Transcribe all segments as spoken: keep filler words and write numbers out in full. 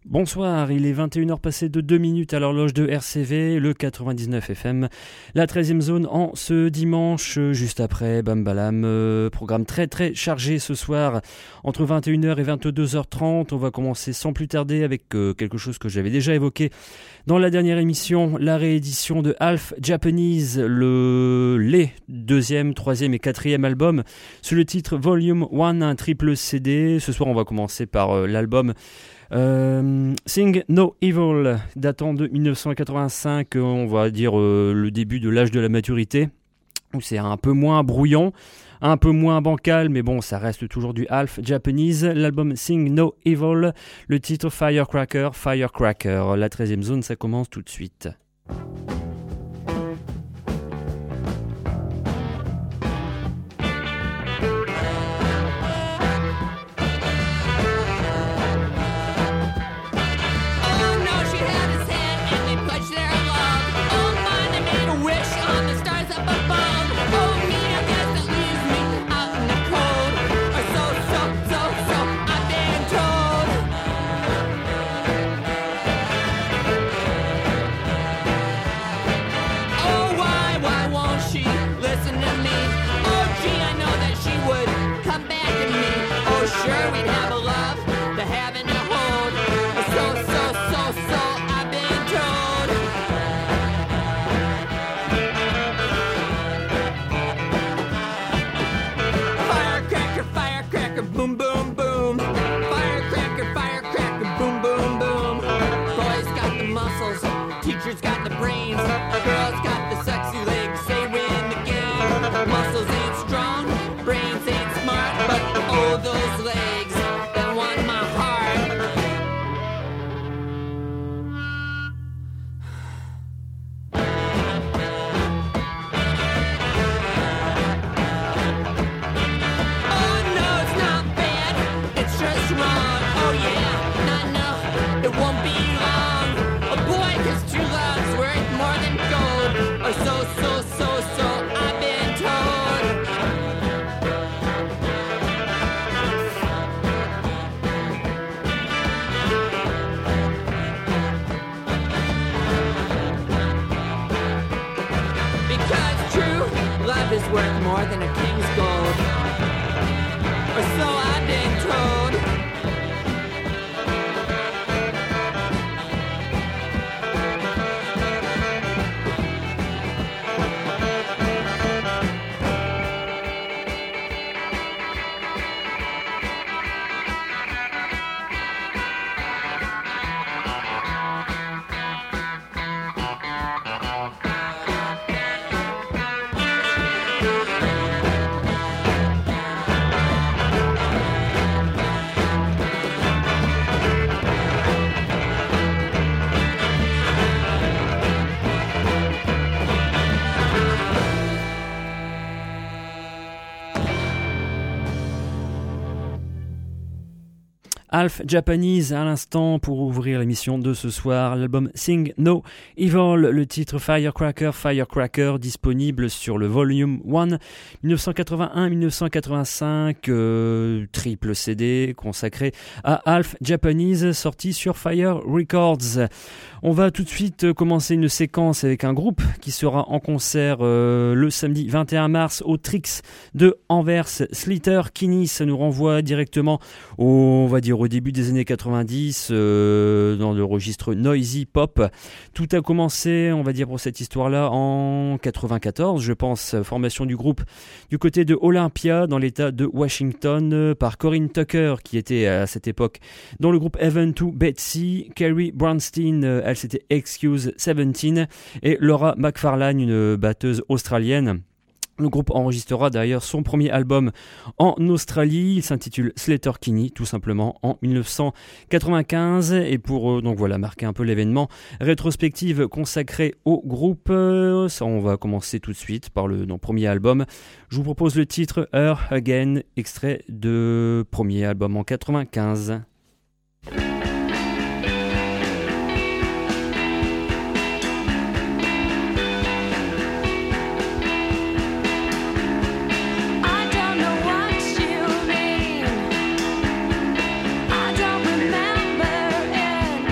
Bonsoir, il est vingt et une heures passées de deux minutes à l'horloge de R C V, le quatre-vingt-dix-neuf F M, la treizième zone en ce dimanche, juste après Bam Balam, euh, programme très très chargé ce soir, entre vingt et une heures et vingt-deux heures trente, on va commencer sans plus tarder avec euh, quelque chose que j'avais déjà évoqué dans la dernière émission, la réédition de Half Japanese, le, les deuxième, troisième et quatrième albums, sous le titre Volume un, un triple C D. Ce soir on va commencer par euh, l'album Euh, Sing No Evil, datant de dix-neuf cent quatre-vingt-cinq, on va dire euh, le début de l'âge de la maturité, où c'est un peu moins brouillon, un peu moins bancal, mais bon, ça reste toujours du half Japanese. L'album Sing No Evil, le titre Firecracker, Firecracker. La treizième zone, ça commence tout de suite. Worth more than a king's gold, or so I've been told. Half Japanese à l'instant pour ouvrir l'émission de ce soir, l'album Sing No Evil, le titre Firecracker, Firecracker, disponible sur le Volume un, dix-neuf cent quatre-vingt-un à dix-neuf cent quatre-vingt-cinq, euh, triple C D consacré à Half Japanese, sorti sur Fire Records. On va tout de suite commencer une séquence avec un groupe qui sera en concert euh, le samedi vingt et un mars au Trix de Anvers, Sleater-Kinney. Ça nous renvoie directement au, on va dire, au début des années quatre-vingt-dix, euh, dans le registre noisy pop. Tout a commencé, on va dire, pour cette histoire-là en quatre-vingt-quatorze, je pense, formation du groupe du côté de Olympia, dans l'état de Washington, euh, par Corinne Tucker, qui était à cette époque dans le groupe Heaven to Betsy, Carrie Brownstein, euh, elle c'était Excuse dix-sept, et Laura McFarlane, une batteuse australienne. Le groupe enregistrera d'ailleurs son premier album en Australie, il s'intitule Sleater-Kinney tout simplement en dix-neuf cent quatre-vingt-quinze, et pour euh, donc voilà marquer un peu l'événement, rétrospective consacrée au groupe. Euh, ça, on va commencer tout de suite par le non, premier album. Je vous propose le titre Her Again, extrait de premier album en quatre-vingt-quinze. Remember it.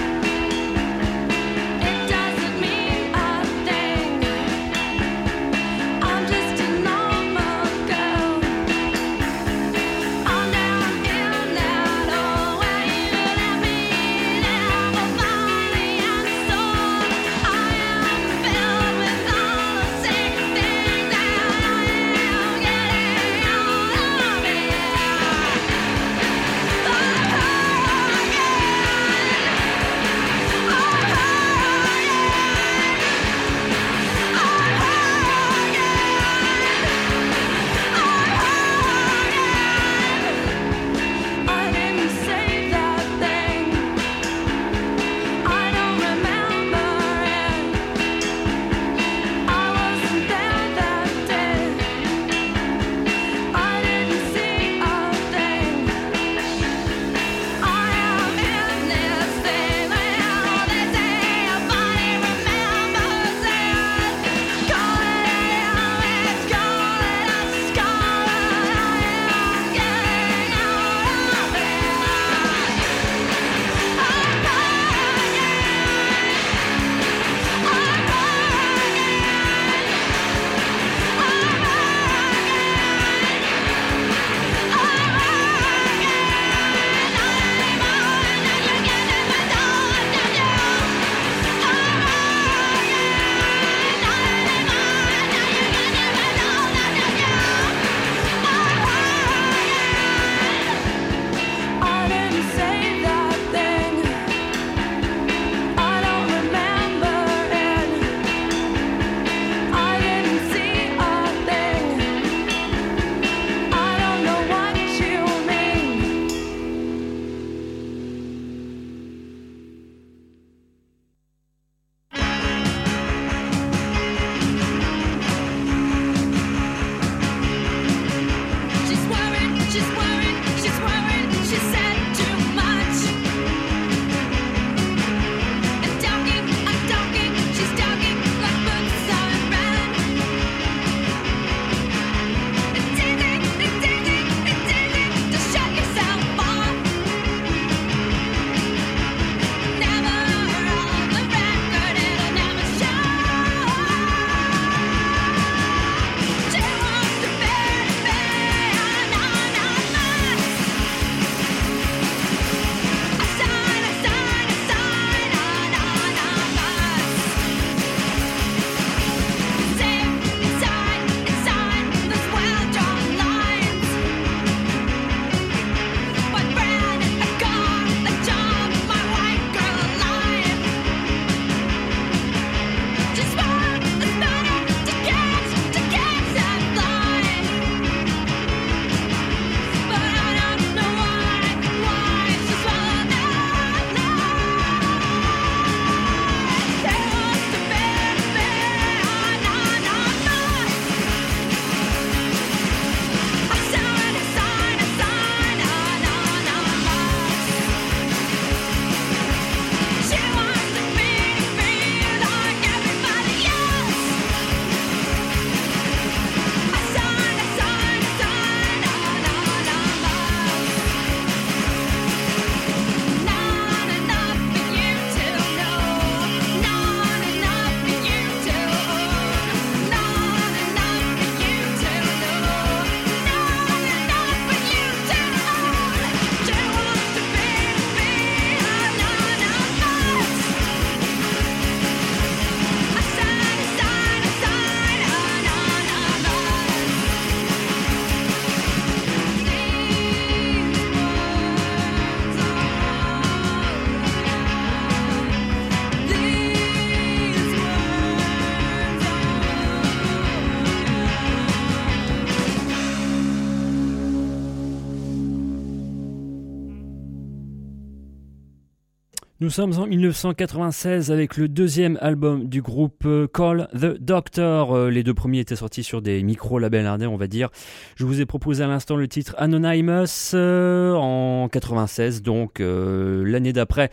Nous sommes en dix-neuf cent quatre-vingt-seize avec le deuxième album du groupe euh, Call the Doctor. Euh, les deux premiers étaient sortis sur des micro-labels indés, on va dire. Je vous ai proposé à l'instant le titre Anonymous euh, en quatre-vingt-seize, donc euh, l'année d'après.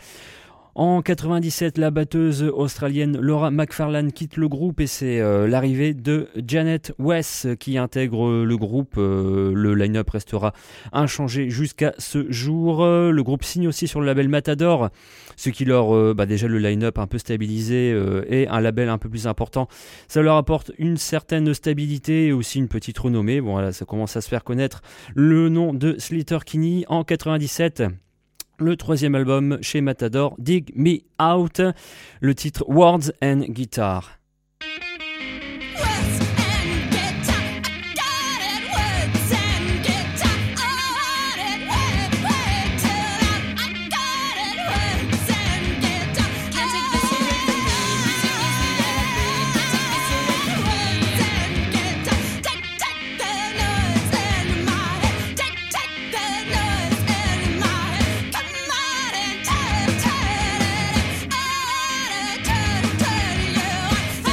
En quatre-vingt-dix-sept, la batteuse australienne Laura McFarlane quitte le groupe et c'est euh, l'arrivée de Janet West qui intègre le groupe. Euh, le line-up restera inchangé jusqu'à ce jour. Euh, le groupe signe aussi sur le label Matador, ce qui leur, euh, bah déjà le line-up un peu stabilisé euh, et un label un peu plus important, ça leur apporte une certaine stabilité et aussi une petite renommée. Bon voilà, ça commence à se faire connaître. Le nom de Sleater-Kinney en quatre-vingt-dix-sept. Le troisième album chez Matador, Dig Me Out, le titre Words and Guitar. Tell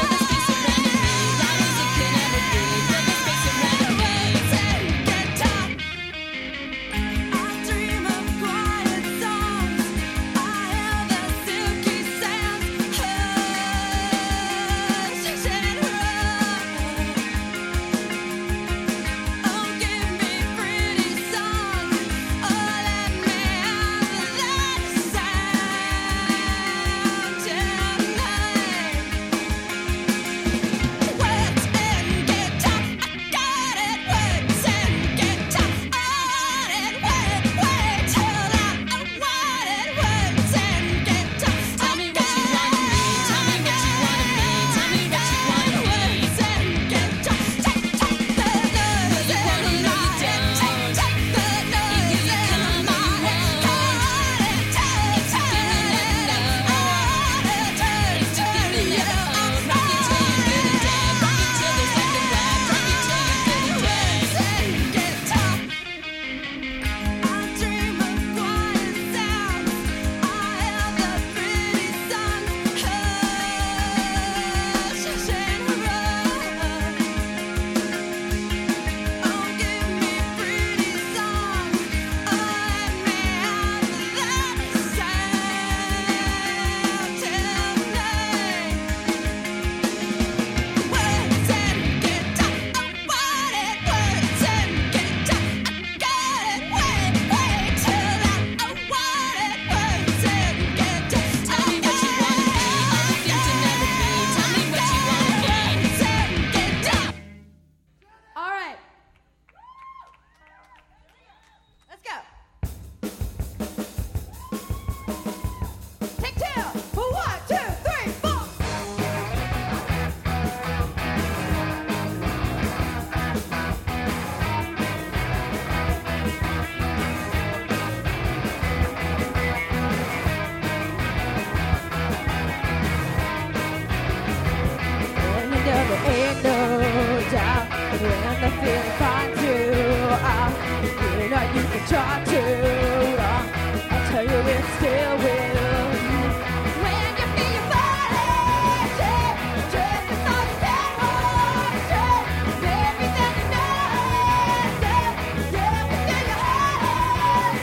try to, I'll tell you it still will. When you feel your body shake, just before you can walk straight, everything you know, everything you have,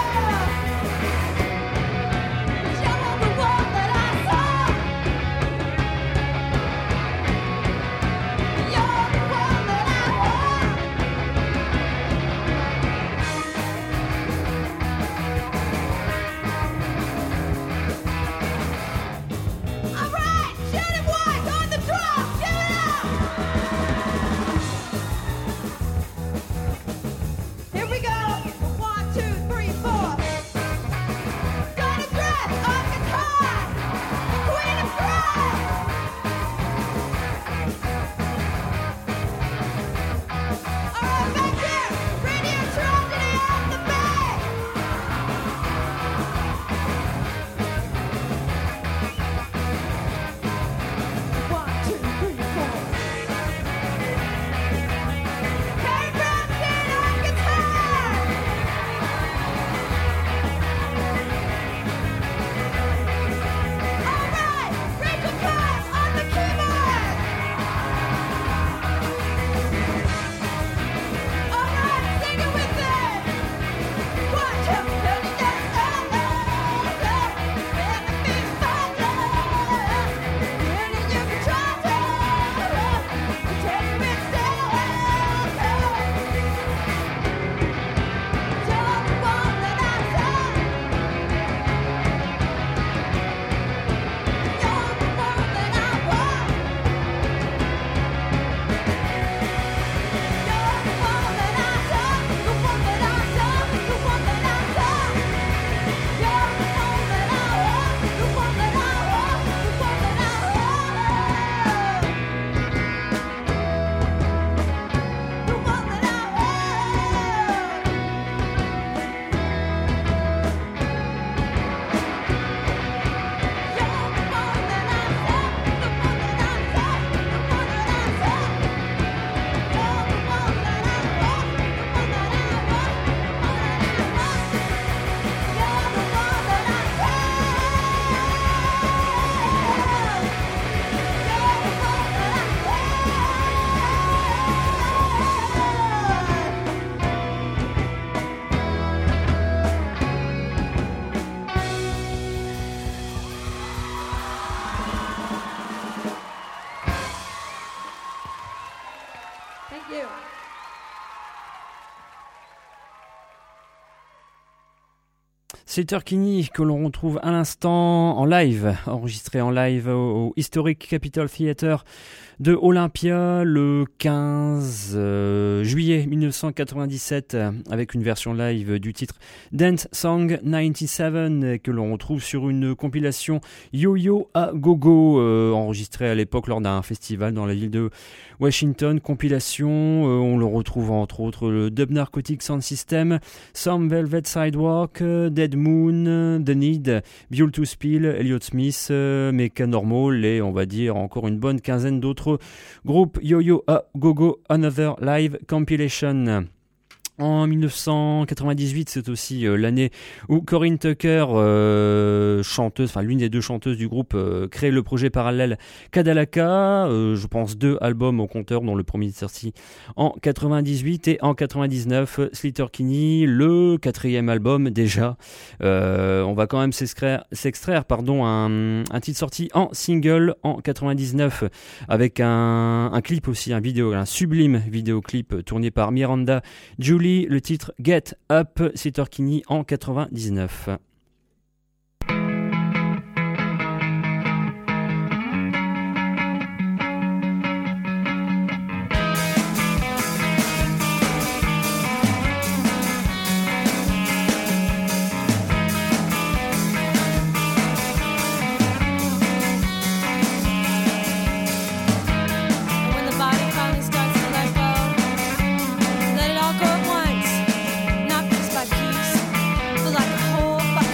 you're the one that I saw. You're the one that I want. All right, Shannon White on the drum, give it up. Here we go. One, two, three, four. Donna Dress on guitar, Queen of Pride. All right, back here, Radio Tragedy on the bass. One, two, three, four. Carrie Brownstein on guitar. All right, Rachel Cox on the keyboard. All right, sing it with me. One, two, three, four, five, everything's fine. Really, you can try to take me still. You're the one that I saw. You're the one that I want. You're the one that I saw. The one that I saw. The one that I saw. You're the one that I want. The one that I want. The one that I want. The one that I Thank you. C'est Turkini que l'on retrouve à l'instant en live, enregistré en live au, au Historic Capitol Theatre de Olympia le quinze euh, juillet mille neuf cent quatre-vingt-dix-sept avec une version live du titre Dance Song quatre-vingt-dix-sept que l'on retrouve sur une compilation Yo-Yo à Gogo euh, enregistrée à l'époque lors d'un festival dans la ville de Washington. Compilation, euh, on le retrouve entre autres le Dub Narcotic Sound System, Some Velvet Sidewalk, Dead Moon, The Need, Buell to Spill, Elliott Smith, euh, Mecha Normal et on va dire encore une bonne quinzaine d'autres groupes. Yo-Yo à Gogo Another Live Compilation. En mille neuf cent quatre-vingt-dix-huit, c'est aussi euh, l'année où Corinne Tucker, euh, chanteuse, enfin l'une des deux chanteuses du groupe, euh, crée le projet parallèle Kadalaka. Euh, je pense deux albums au compteur, dont le premier est sorti en quatre-vingt-dix-huit et en quatre-vingt-dix-neuf, Sleater-Kinney, le quatrième album déjà. Euh, on va quand même s'extraire, s'extraire pardon, un, un titre sorti en single en quatre-vingt-dix-neuf avec un, un clip aussi, un vidéo, un sublime vidéoclip tourné par Miranda Julie. Le titre Get Up, Sleater-Kinney en quatre-vingt-dix-neuf. When the body finally starts to let go, let it all go at once, not piece by piece, but like a whole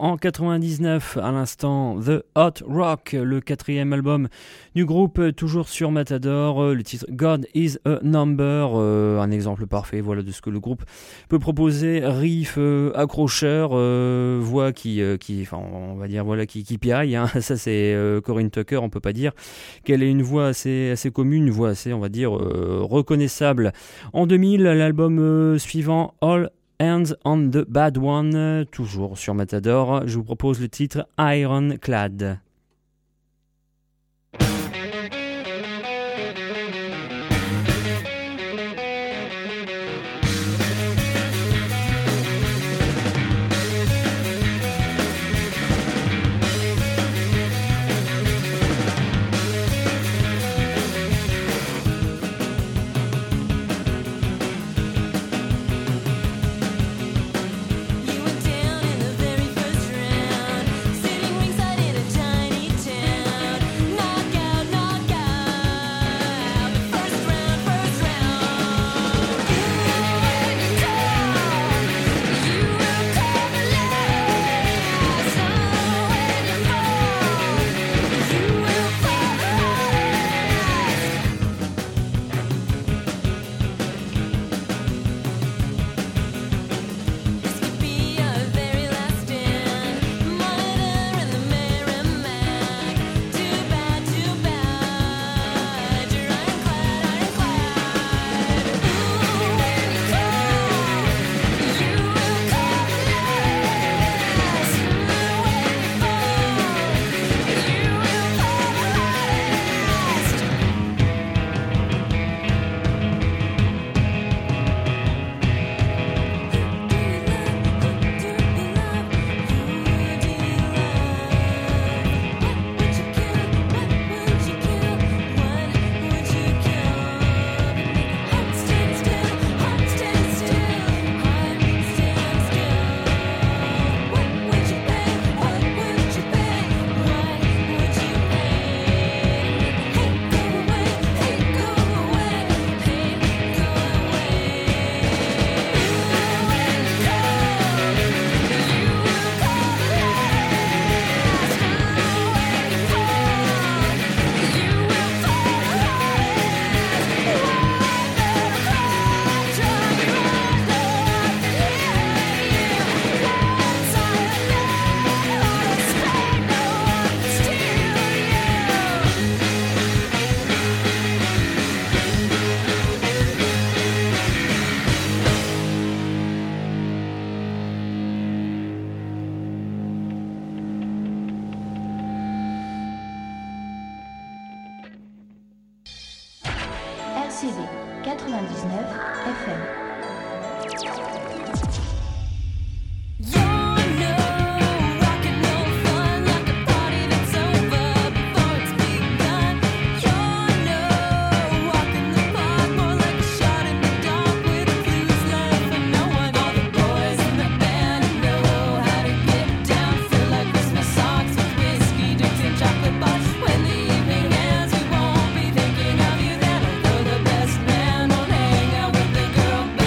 en quatre-vingt-dix-neuf, à l'instant, The Hot Rock, le quatrième album du groupe, toujours sur Matador, le titre God is a Number, euh, un exemple parfait, voilà, de ce que le groupe peut proposer, riff euh, accrocheur, euh, voix qui, euh, qui, enfin, on va dire, voilà, qui, qui piaille, hein. Ça c'est euh, Corinne Tucker, on peut pas dire qu'elle ait une voix assez, assez commune, une voix assez, on va dire, euh, reconnaissable. En deux mille, l'album euh, suivant, All Hands on the Bad One, toujours sur Matador, je vous propose le titre Ironclad. You were down in the very first round, sitting ringside in a tiny town. Knockout, knockout. First round, first round. You went down. You will come last. Oh, when you fall, you will fall This could be our very last stand. Monitor in the Merrimack. Too bad, too bad. You're ironclad, ironclad. Ooh, when you fall, you will come last. When you fall, you will fall last. R C V quatre-vingt-dix-neuf F M. You're no rock and roll fun, like a party that's over before it's begun. You're no walk in the park, more like a shot in the dark with clues left for no one. All the boys in the band know how to get down, fill like Christmas socks with whiskey, drinks and chocolate bars. When the evening ends, we won't be thinking of you then. Although the best man won't hang out with the girl band.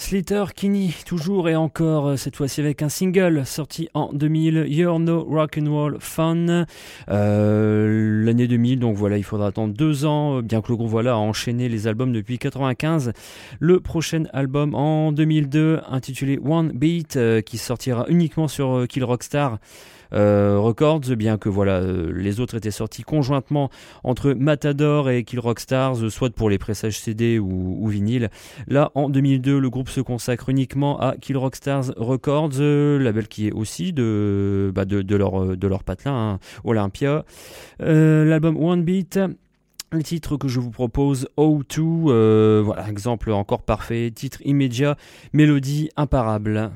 Slater Kinney, toujours et encore, cette fois-ci avec un single sorti en deux mille, You're No Rock'n'Roll Fun. Euh, l'année deux mille, donc voilà, il faudra attendre deux ans, bien que le groupe voilà, a enchaîné les albums depuis quatre-vingt-quinze. Le prochain album en deux mille deux, intitulé One Beat, euh, qui sortira uniquement sur euh, Kill Rock Star Euh, Records, bien que voilà euh, les autres étaient sortis conjointement entre Matador et Kill Rock Stars, euh, soit pour les pressages C D ou, ou vinyle. Là en deux mille deux, le groupe se consacre uniquement à Kill Rock Stars Records, euh, label qui est aussi de, bah de, de leur, de leur patelin, hein, Olympia. Euh, l'album One Beat, le titre que je vous propose, O deux, euh, voilà, exemple encore parfait, titre immédiat, mélodie imparable.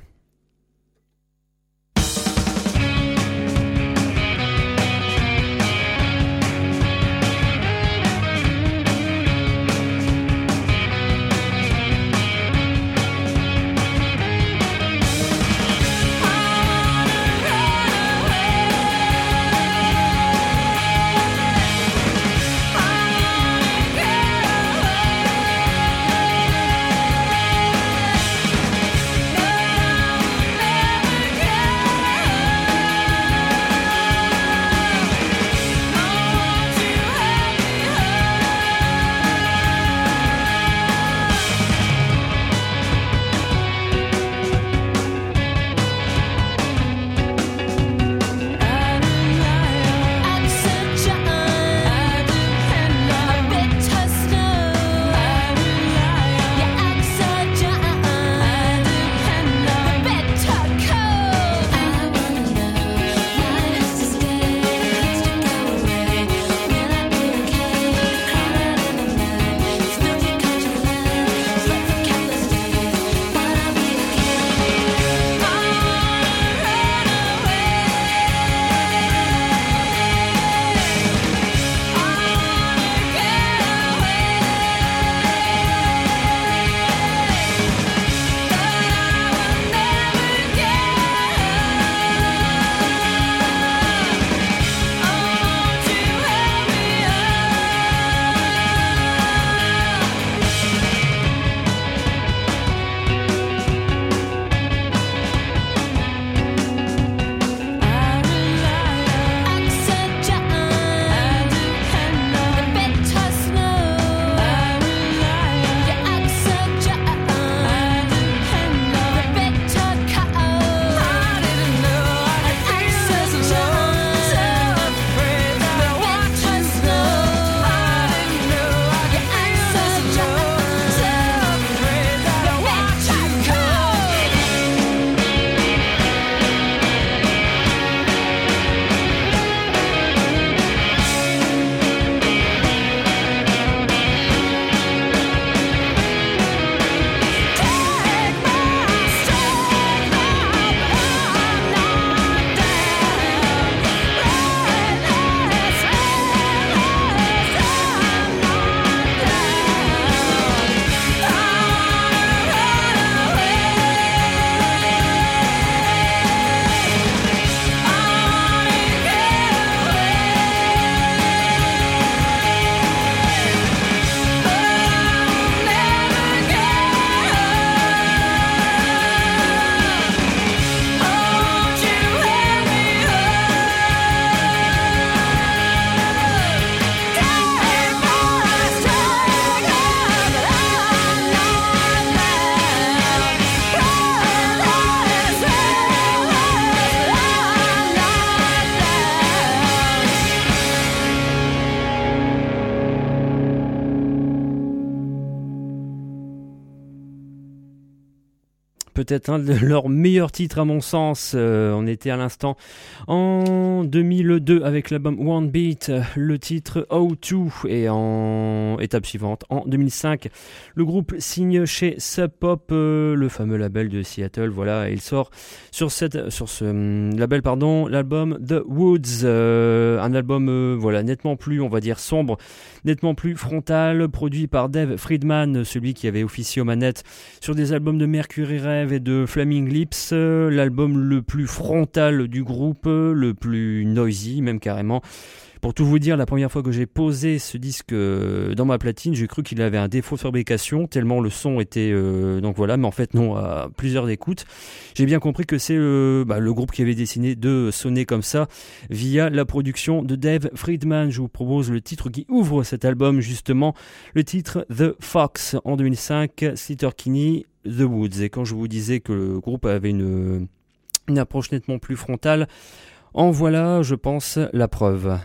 Peut-être un de leurs meilleurs titres à mon sens. Euh, on était à l'instant en deux mille deux avec l'album One Beat, le titre O deux, et en étape suivante en deux mille cinq, le groupe signe chez Sub Pop, euh, le fameux label de Seattle. Voilà, et il sort sur cette sur ce hum, label pardon l'album The Woods, euh, un album euh, voilà nettement plus, on va dire, sombre, nettement plus frontal, produit par Dave Friedman, celui qui avait officié aux manettes sur des albums de Mercury Rev, Drive et de Flaming Lips, euh, l'album le plus frontal du groupe, euh, le plus noisy même carrément. Pour tout vous dire, la première fois que j'ai posé ce disque euh, dans ma platine, j'ai cru qu'il avait un défaut de fabrication, tellement le son était... Euh, donc voilà, mais en fait non, à plusieurs écoutes. J'ai bien compris que c'est euh, bah, le groupe qui avait décidé de sonner comme ça via la production de Dave Friedman. Je vous propose le titre qui ouvre cet album, justement, le titre The Fox en deux mille cinq, Sleater-Kinney, The Woods. Et quand je vous disais que le groupe avait une, une approche nettement plus frontale, en voilà, je pense, la preuve.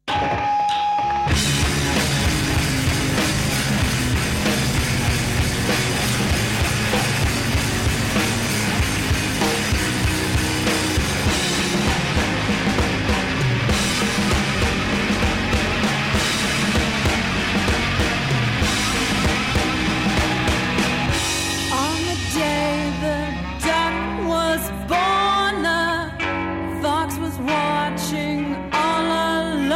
On the day the duck was born, the fox was watching all alone.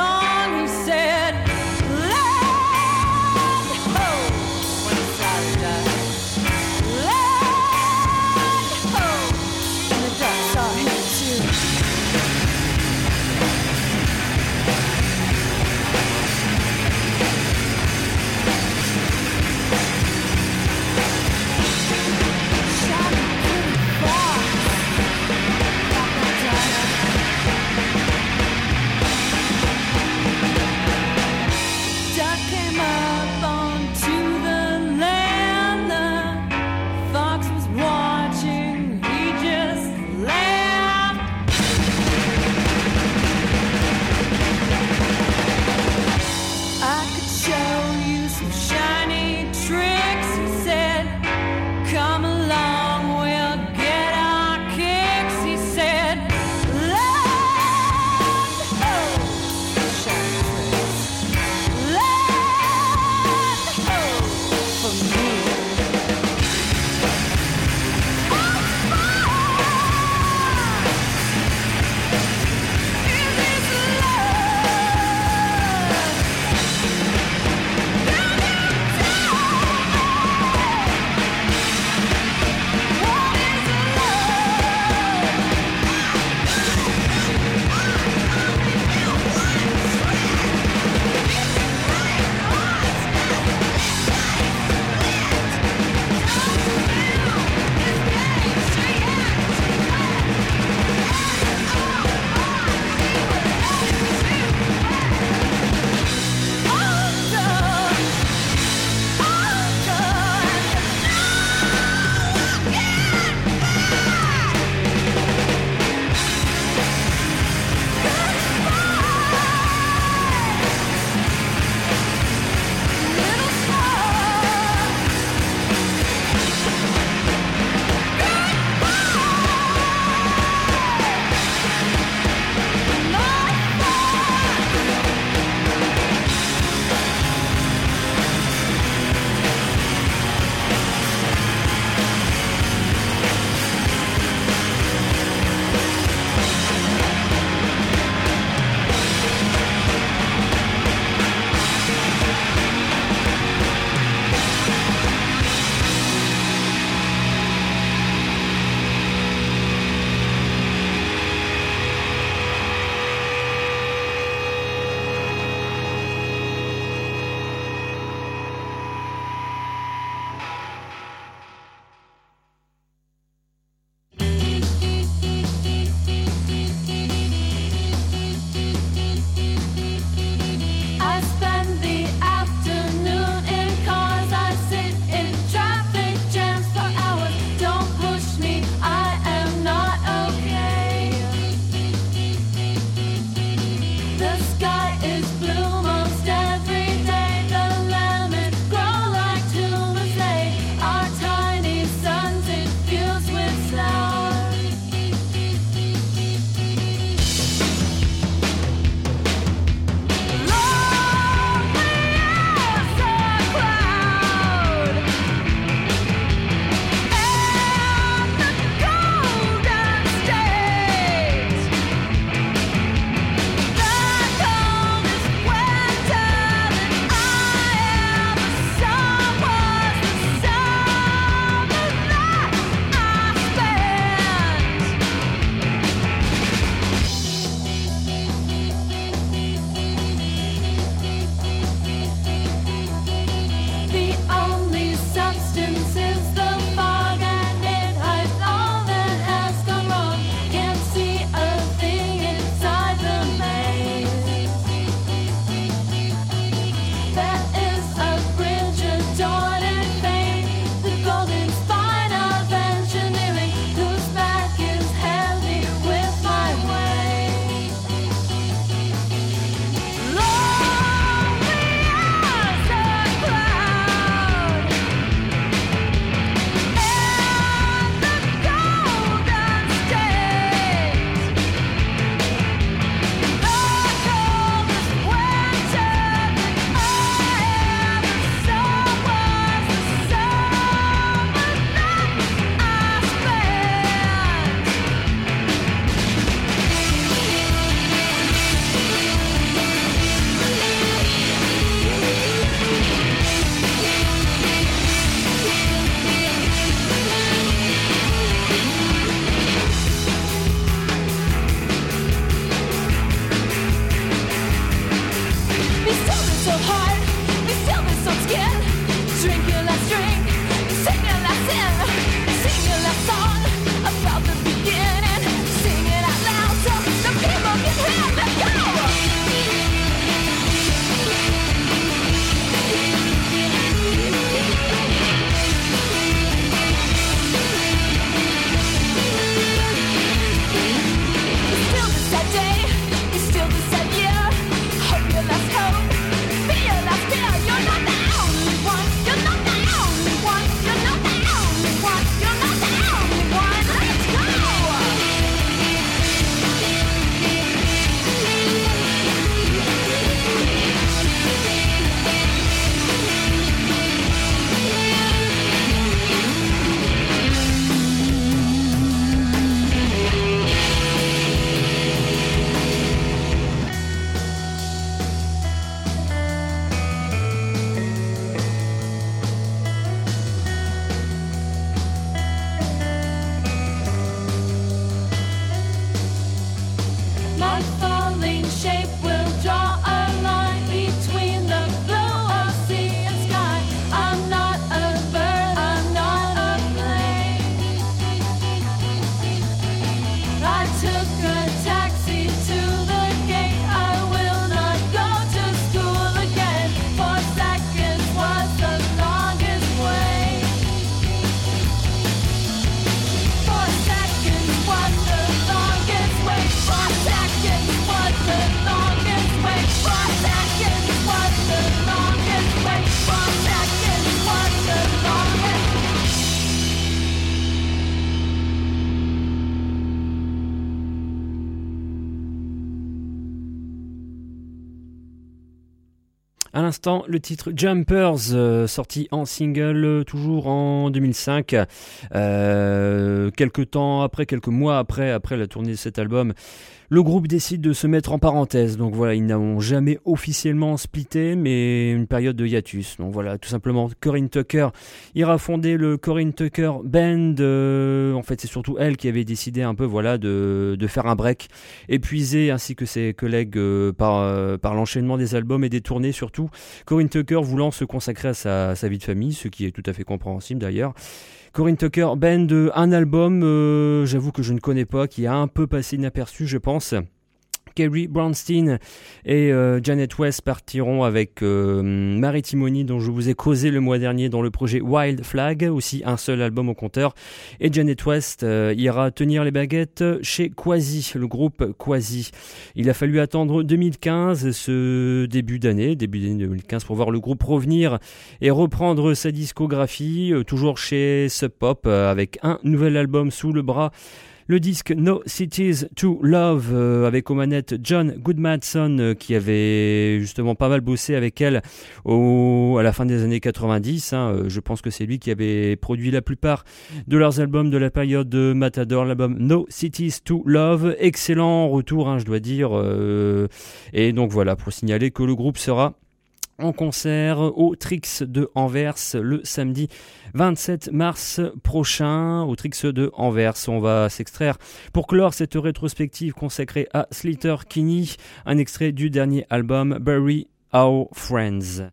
À l'instant, le titre Jumpers, euh, sorti en single, euh, toujours en deux mille cinq. Euh, quelques temps après, quelques mois après, après la tournée de cet album, le groupe décide de se mettre en parenthèse. Donc voilà, ils n'ont jamais officiellement splitté, mais une période de hiatus. Donc voilà, tout simplement, Corinne Tucker ira fonder le Corinne Tucker Band. Euh, en fait, c'est surtout elle qui avait décidé un peu, voilà, de, de faire un break, épuisée ainsi que ses collègues euh, par, euh, par l'enchaînement des albums et des tournées surtout. Corinne Tucker voulant se consacrer à sa, sa vie de famille, ce qui est tout à fait compréhensible d'ailleurs. Corinne Tucker Band, un album, euh, j'avoue que je ne connais pas, qui a un peu passé inaperçu, je pense. Kerry Brownstein et euh, Janet West partiront avec euh, Maritimony, dont je vous ai causé le mois dernier dans le projet Wild Flag, aussi un seul album au compteur. Et Janet West euh, ira tenir les baguettes chez Quasi, le groupe Quasi. Il a fallu attendre deux mille quinze, ce début d'année, début d'année deux mille quinze, pour voir le groupe revenir et reprendre sa discographie, euh, toujours chez Sub Pop, euh, avec un nouvel album sous le bras. Le disque No Cities to Love, euh, avec aux manettes John Goodmanson, euh, qui avait justement pas mal bossé avec elle au, à la fin des années quatre-vingt-dix. Hein, euh, je pense que c'est lui qui avait produit la plupart de leurs albums de la période de Matador, l'album No Cities to Love. Excellent retour, hein, je dois dire. Euh, et donc voilà, pour signaler que le groupe sera en concert au Trix de Anvers le samedi vingt-sept mars prochain, au Trix de Anvers. On va s'extraire pour clore cette rétrospective consacrée à Slater Kinney, un extrait du dernier album Bury Our Friends.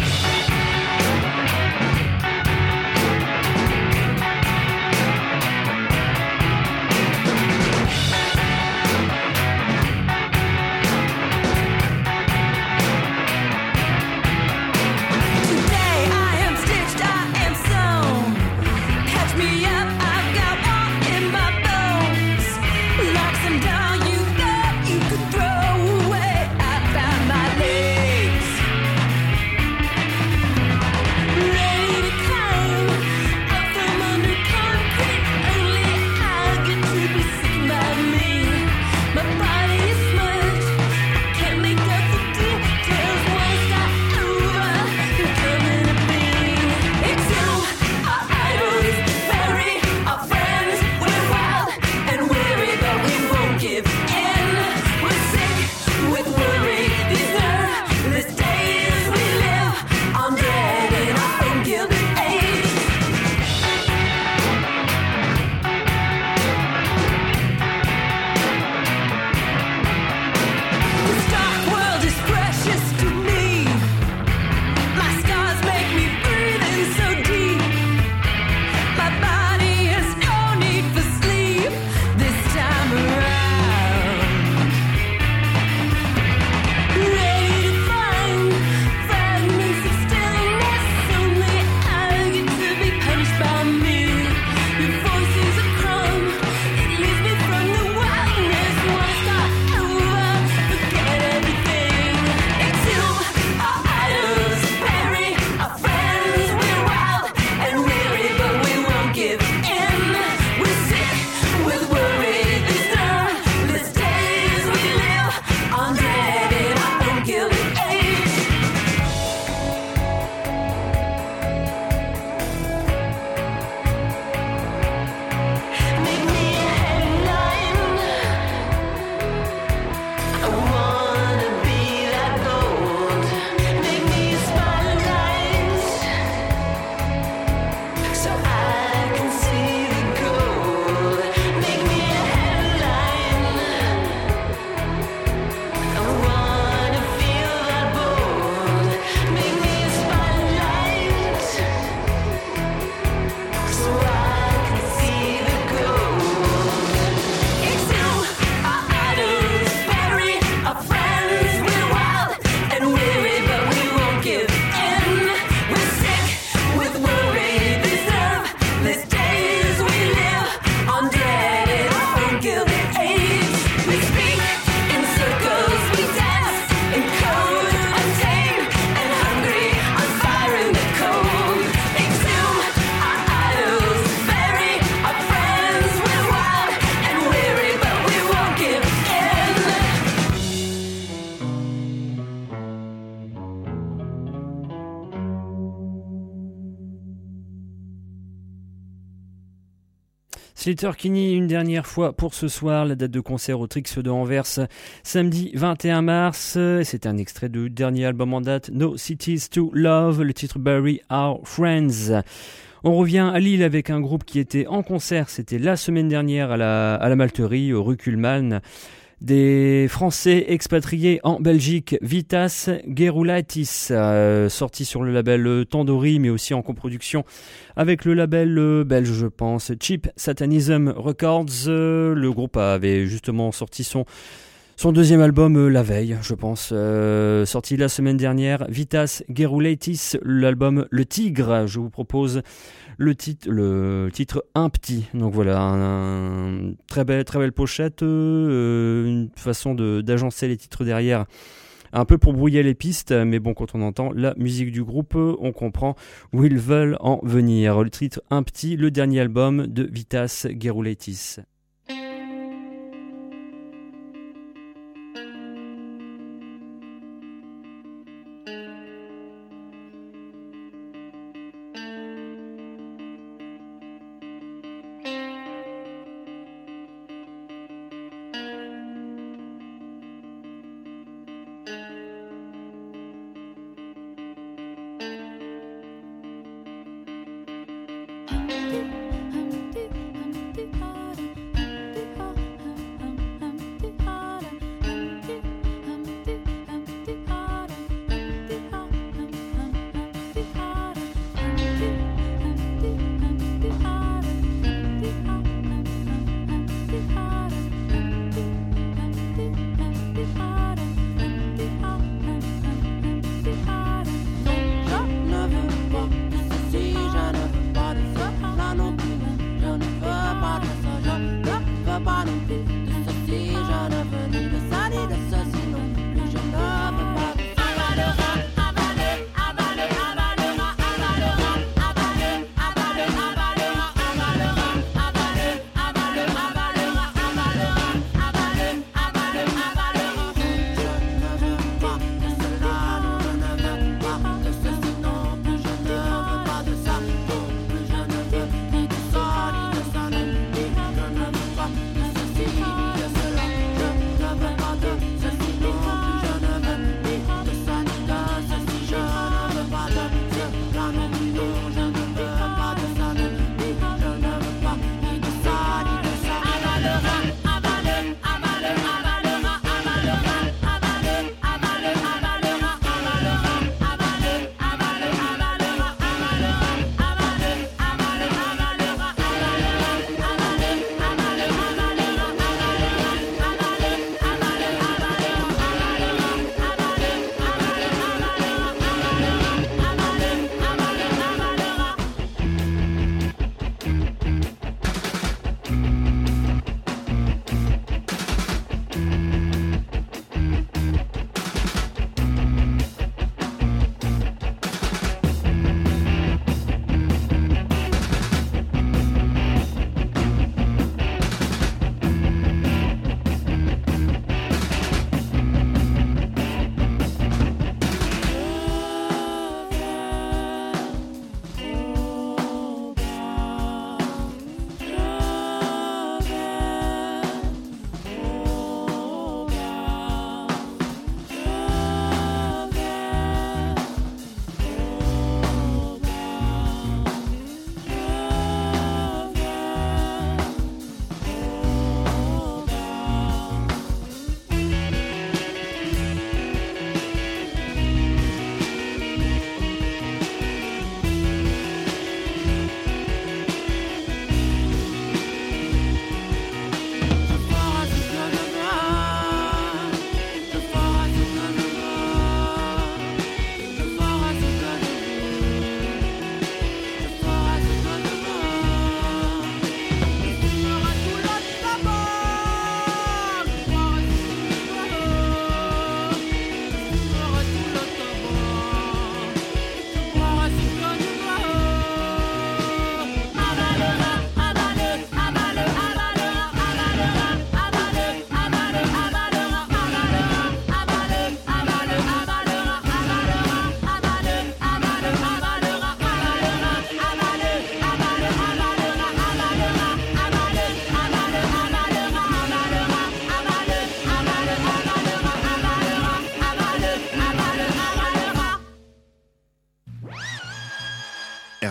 Today I am stitched, I am sewn. Catch me up, I've got one in my bones. Like some doll you thought you could throw away. I found my legs. Slater Kinney, une dernière fois pour ce soir, la date de concert au Trix de Anvers, samedi vingt et un mars. C'est un extrait du dernier album en date, No Cities to Love, le titre Bury Our Friends. On revient à Lille avec un groupe qui était en concert, c'était la semaine dernière à la, à la Malterie, au rue Kuhlmann. Des Français expatriés en Belgique, Vitas Gerulaitis, euh, sorti sur le label Tandoori, mais aussi en coproduction avec le label euh, belge, je pense, Cheap Satanism Records. Euh, le groupe avait justement sorti son son deuxième album euh, la veille, je pense, euh, sorti la semaine dernière. Vitas Gerulaitis, l'album Le Tigre. Je vous propose le titre, le titre Un Petit. Donc voilà, un, un très belle, très belle pochette, euh, une façon de d'agencer les titres derrière, un peu pour brouiller les pistes. Mais bon, quand on entend la musique du groupe, on comprend où ils veulent en venir. Le titre Un Petit, le dernier album de Vitas Gerulaitis. See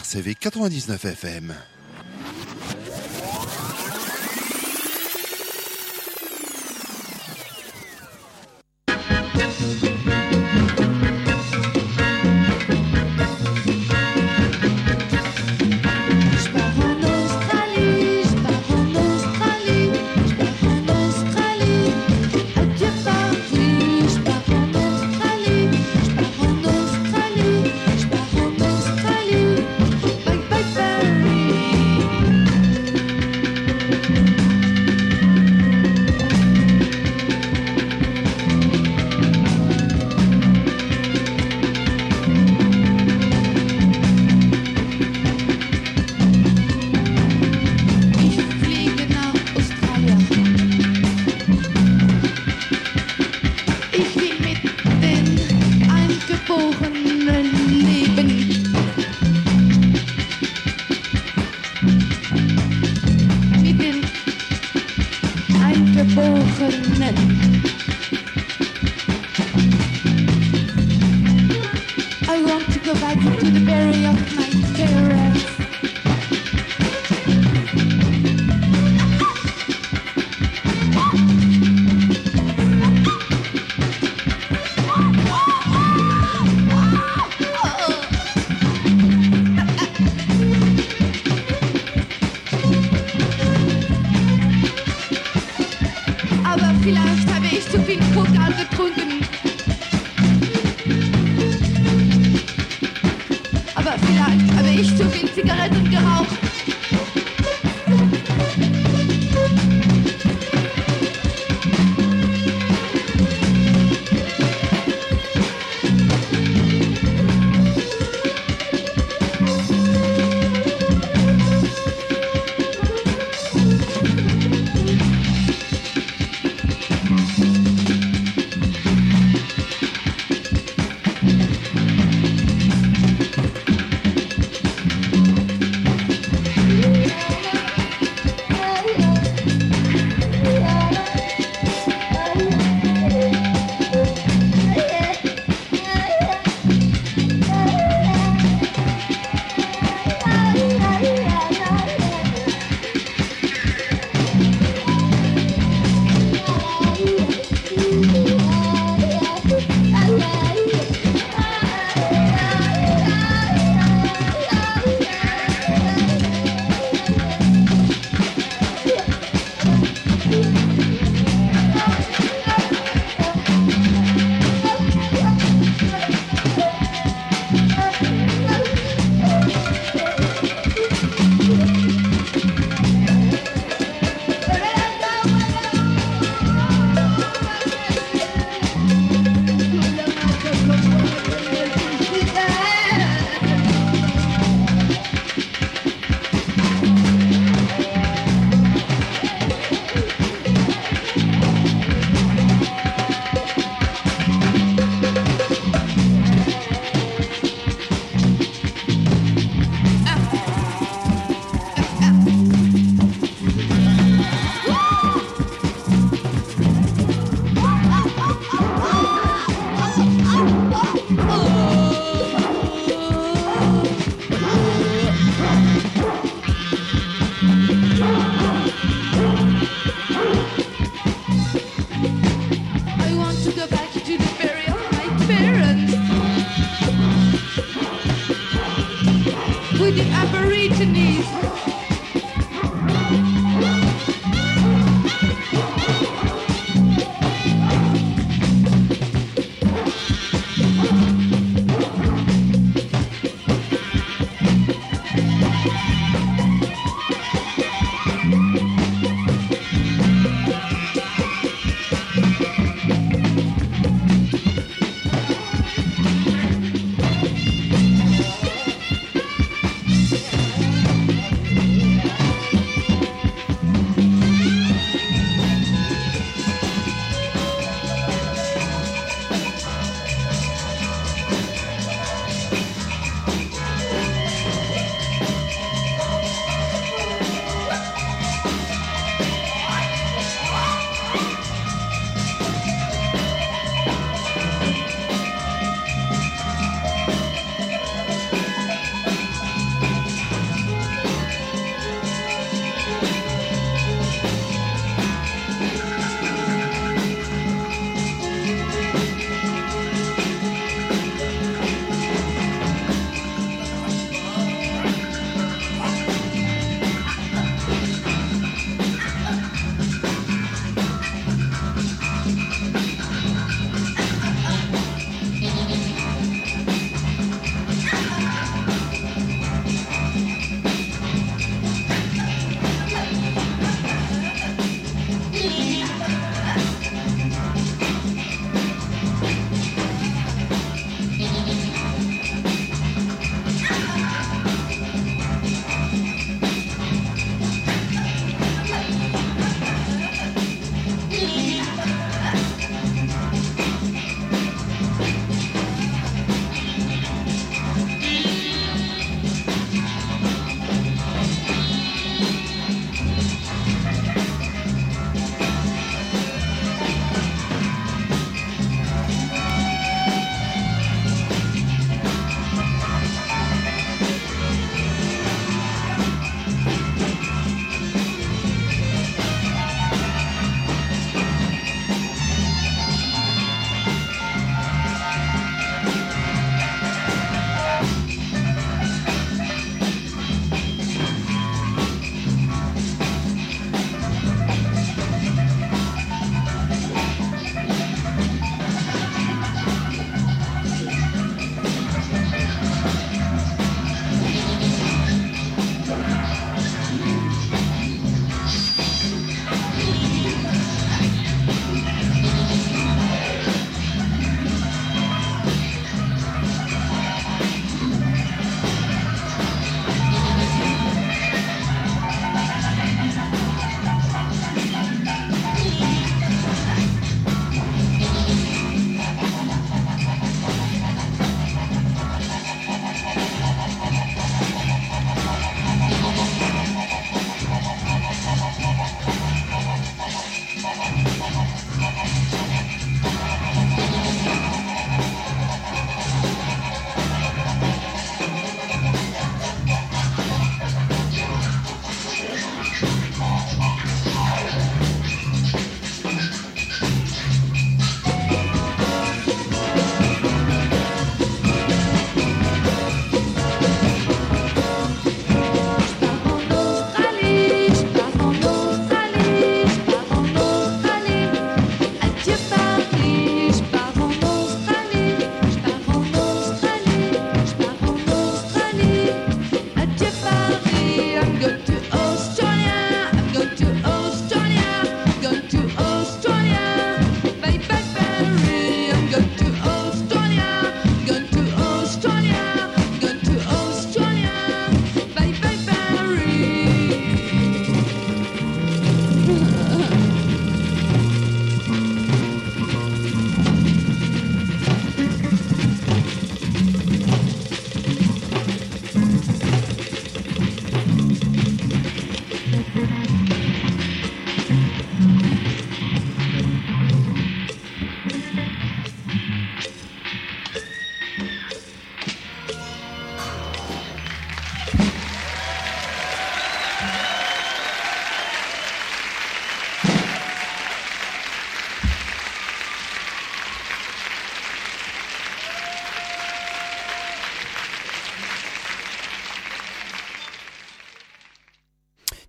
C V quatre-vingt-dix-neuf F M. Je pars en Australie, je pars en Australie, je pars en Australie. Adieu Paris, je pars en Australie, je pars en Australie, je pars en Australie. Bye bye Paris. Ich fliege nach Australien. Ich will mit den Eingeborenen leben. Mit den Eingeborenen. I want to go back to the bury of my parents. Aber vielleicht habe ich zu viel Coca getrunken. Aber vielleicht habe ich zu viel Zigaretten geraucht.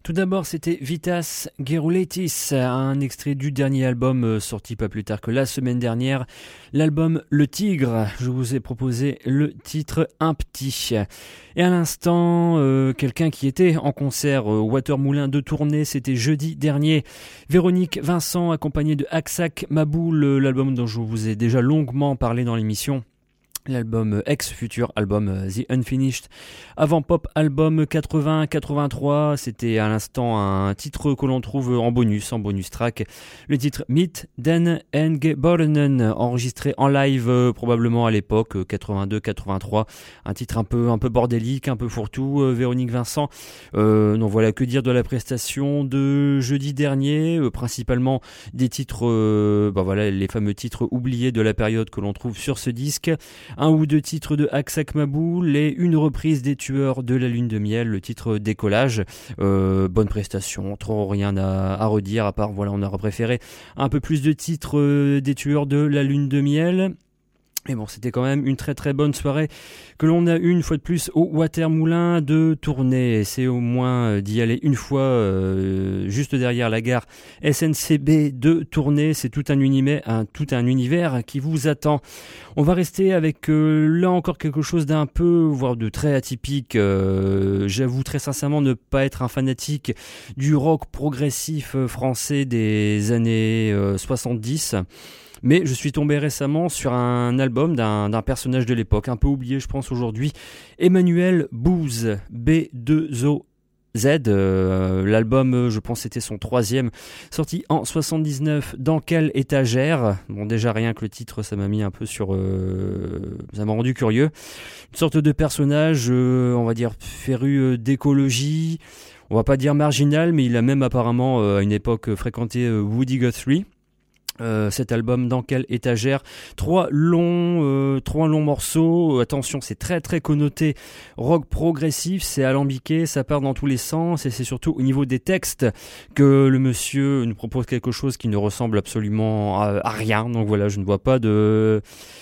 Tout d'abord, c'était Vitas Gerulatis, un extrait du dernier album euh, sorti pas plus tard que la semaine dernière, l'album Le Tigre. Je vous ai proposé le titre Un Petit. Et à l'instant, euh, quelqu'un qui était en concert euh, Watermoulin de Tournai, c'était jeudi dernier. Véronique Vincent, accompagnée de Aksak Maboul, l'album dont je vous ai déjà longuement parlé dans l'émission. L'album ex-futur album The Unfinished, avant pop album quatre-vingts quatre-vingt-trois, c'était à l'instant un titre que l'on trouve en bonus, en bonus track, le titre Meet Den Engeborenen, enregistré en live euh, probablement à l'époque quatre-vingt-deux quatre-vingt-trois, un titre un peu un peu bordélique, un peu fourre-tout, euh, Véronique Vincent. Euh, non voilà, que dire de la prestation de jeudi dernier, euh, principalement des titres, euh, bah voilà, les fameux titres oubliés de la période que l'on trouve sur ce disque. Un ou deux titres de Aksak Maboul et une reprise des Tueurs de la Lune de Miel, le titre Décollage. Euh, bonne prestation, trop rien à, à redire, à part, voilà, on aurait préféré un peu plus de titres euh, des Tueurs de la Lune de Miel. Mais bon, c'était quand même une très très bonne soirée que l'on a eu une fois de plus au Watermoulin de Tournai. C'est au moins d'y aller une fois euh, juste derrière la gare S N C B de Tournai. C'est tout un univers, un, tout un univers qui vous attend. On va rester avec euh, là encore quelque chose d'un peu, voire de très atypique. Euh, j'avoue très sincèrement ne pas être un fanatique du rock progressif français des années euh, soixante-dix. Mais je suis tombé récemment sur un album d'un, d'un personnage de l'époque, un peu oublié je pense aujourd'hui, Emmanuel Booz, B deux O Z, euh, l'album je pense c'était son troisième, sorti en soixante-dix-neuf, Dans quelle étagère. Bon déjà rien que le titre ça m'a mis un peu sur... Euh, ça m'a rendu curieux. Une sorte de personnage, euh, on va dire féru d'écologie, on va pas dire marginal, mais il a même apparemment euh, à une époque fréquenté euh, Woody Guthrie. Euh, cet album Dans quelle étagère, trois longs euh, trois longs morceaux, attention c'est très très connoté rock progressif, c'est alambiqué, ça part dans tous les sens et c'est surtout au niveau des textes que le monsieur nous propose quelque chose qui ne ressemble absolument à, à rien, donc voilà, je ne vois pas de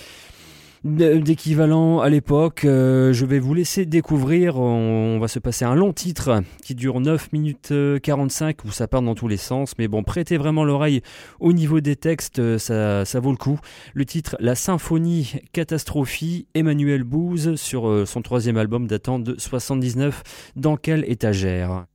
d'équivalent à l'époque. Euh, je vais vous laisser découvrir, on, on va se passer un long titre qui dure neuf minutes quarante-cinq où ça part dans tous les sens, mais bon, prêtez vraiment l'oreille au niveau des textes, ça, ça vaut le coup. Le titre La Symphonie Catastrophie, Emmanuel Booz sur euh, son troisième album datant de soixante-dix-neuf, Dans quelle étagère.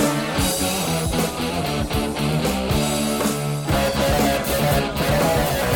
Thank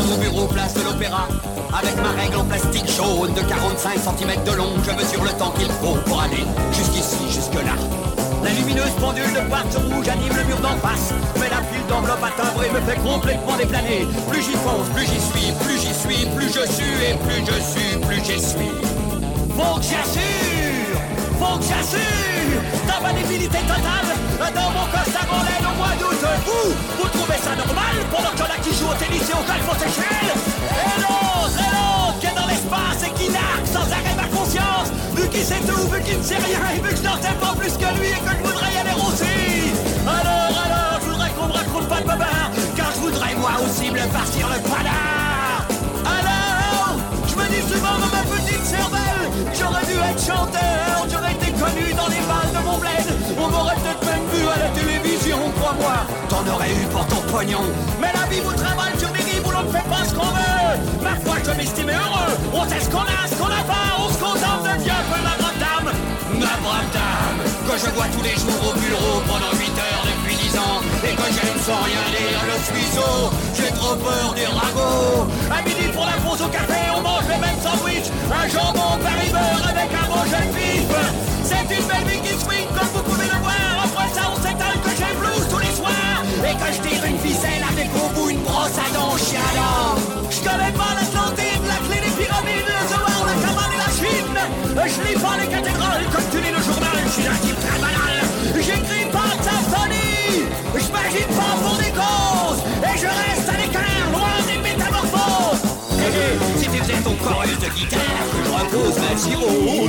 mon bureau, place de l'Opéra, avec ma règle en plastique jaune de quarante-cinq centimètres de long. Je mesure le temps qu'il faut pour aller jusqu'ici, jusque-là. La lumineuse pendule de quartz rouge anime le mur d'en face. Mais la pile d'enveloppe à timbrer me fait complètement déplaner. Plus j'y fonce, plus j'y suis, plus j'y suis, plus je suis, et plus je suis, plus j'y suis. Faut que j'assure, faut que j'assure ta validité totale dans mon costard en laine au mois d'août. Vous, vous trouvez ça normal pendant qu'il y en a qui jouent au tennis et au golf aux Seychelles? Et l'autre, et l'autre qui est dans l'espace et qui nargue sans arrêt ma conscience. Vu qu'il sait tout, vu qu'il ne sait rien, et vu que je n'en sais pas plus que lui et que je voudrais y aller aussi. Alors, alors, je voudrais qu'on me raconte pas de bobard, car je voudrais moi aussi me le farcir le panard. Alors, je me dis souvent dans ma petite cervelle, j'aurais dû être chanteur, j'aurais été connu dans les balles de mon bled. On m'aurait peut-être même vu à la télévision, crois-moi, t'en aurais eu pour ton pognon. Mais la vie vous travaille sur des rives où l'on ne fait pas ce qu'on veut. Ma foi, je m'estimais heureux, on sait ce qu'on a, ce qu'on n'a pas, on se contente de Dieu, peu ma brave dame. Ma brave dame, que je vois tous les jours au bureau pendant huit heures depuis dix ans, et que j'aime sans rien dire le suisseau, j'ai trop peur des ragots. À midi pour la pause au café, on mange les mêmes sandwichs, un jambon Paris-Beurre avec un beau jeune vif. C'est une belle vie qui swing comme vous pouvez le voir. Après ça on s'étonne que j'ai blues tous les soirs, et que je tire une ficelle avec au bout une brosse à dents chien à dents. Je connais pas l'Atlantide, la clé des pyramides, le Zohar, le Kabbale et la Chine. Je lis pas les cathédrales comme tu lis le journal, je suis un type très banal. J'écris pas de symphonie, je m'agite pas pour des causes, et je reste à l'écart, loin des métamorphoses. Hé hé, si tu faisais ton chorus de guitare, que je repose ma sirop.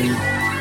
Company.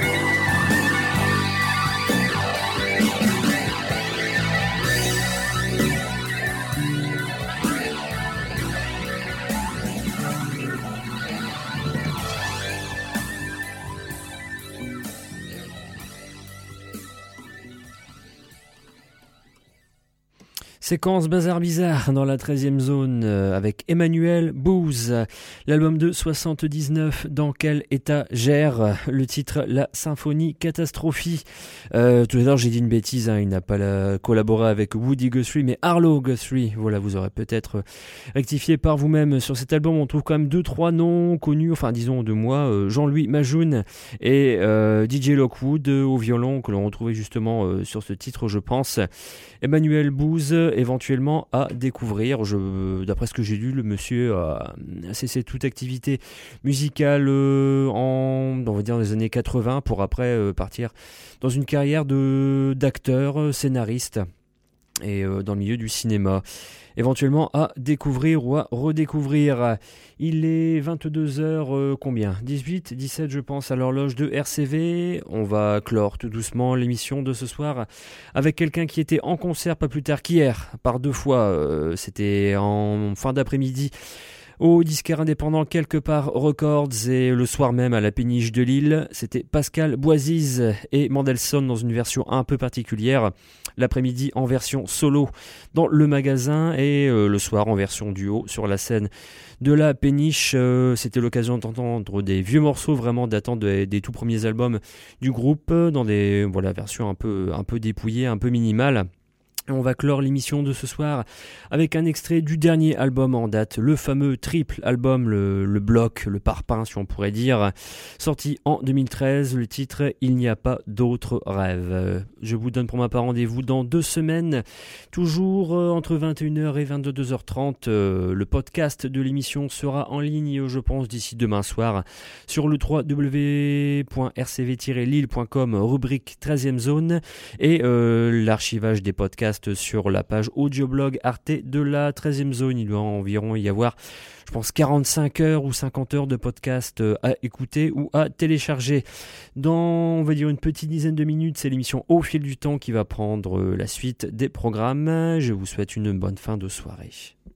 Séquence Bazar Bizarre dans la treizième zone euh, avec Emmanuel Booz. L'album de soixante-dix-neuf, Dans quel état gère le titre La Symphonie Catastrophie. Euh, tout à l'heure j'ai dit une bêtise, hein, il n'a pas la... collaboré avec Woody Guthrie mais Arlo Guthrie. Voilà, vous aurez peut-être rectifié par vous-même. Sur cet album on trouve quand même deux trois noms connus, enfin disons de moi, euh, Jean-Louis Majoun et euh, D J Lockwood euh, au violon que l'on retrouvait justement euh, sur ce titre je pense. Emmanuel Booz éventuellement à découvrir. Je, d'après ce que j'ai lu, le monsieur a cessé toute activité musicale euh, en, on va dire, dans les années quatre-vingts pour après euh, partir dans une carrière de, d'acteur, scénariste et euh, dans le milieu du cinéma. Éventuellement à découvrir ou à redécouvrir. Il est vingt-deux heures, euh, combien dix-huit, dix-sept je pense à l'horloge de R C V. On va clore tout doucement l'émission de ce soir avec quelqu'un qui était en concert pas plus tard qu'hier, par deux fois. Euh, c'était en fin d'après-midi au disquaire indépendant Quelque part Records et le soir même à la péniche de Lille. C'était Pascal Boisiz et Mendelssohn dans une version un peu particulière. L'après-midi en version solo dans le magasin et euh, le soir en version duo sur la scène de la péniche. Euh, c'était l'occasion d'entendre des vieux morceaux vraiment datant de, des tout premiers albums du groupe dans des voilà, versions un peu, un peu dépouillées, un peu minimales. On va clore l'émission de ce soir avec un extrait du dernier album en date, le fameux triple album, le, le bloc, le parpaing si on pourrait dire, sorti en deux mille treize, le titre « Il n'y a pas d'autre rêve ». Je vous donne pour ma part rendez-vous dans deux semaines, toujours entre vingt et une heures et vingt-deux heures trente. Le podcast de l'émission sera en ligne, je pense, d'ici demain soir sur le w w w point r c v tiret lille point com, rubrique treizième zone, et euh, l'archivage des podcasts sur la page audioblog Arte de la treizième zone. Il doit environ y avoir, je pense, quarante-cinq heures ou cinquante heures de podcast à écouter ou à télécharger. Dans, on va dire, une petite dizaine de minutes, c'est l'émission Au fil du temps qui va prendre la suite des programmes. Je vous souhaite une bonne fin de soirée.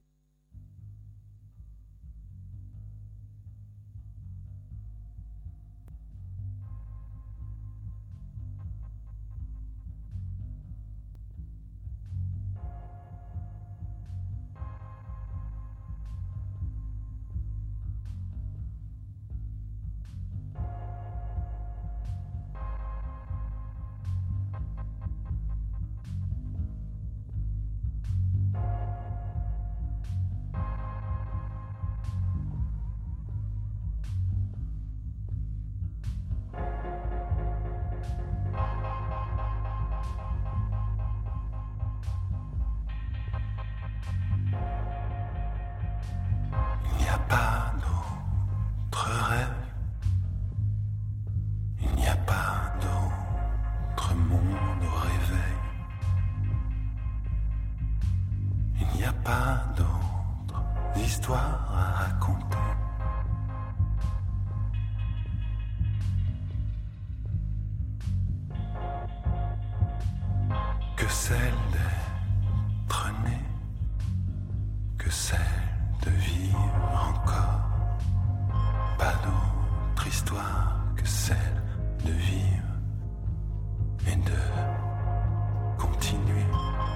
Que celle d'être né, que celle de vivre encore. Pas d'autre histoire que celle de vivre et de continuer.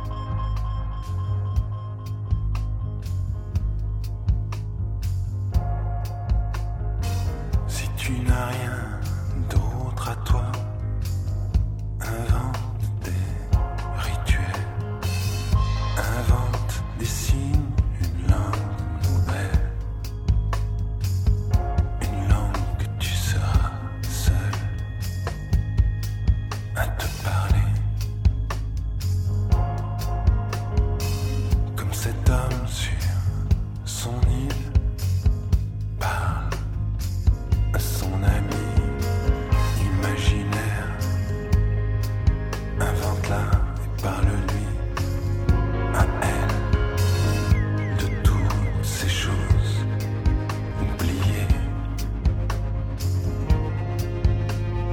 Si tu n'as rien d'autre à toi, invente des rituels, invente des signes, une langue nouvelle, une langue que tu seras seul à te parler, comme cet homme sur son île parle à son ami imaginaire. Invente-la et parle-lui à elle de toutes ces choses oubliées.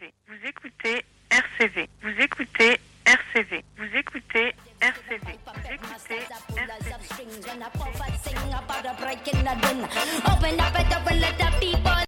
Vous écoutez R C V. Vous écoutez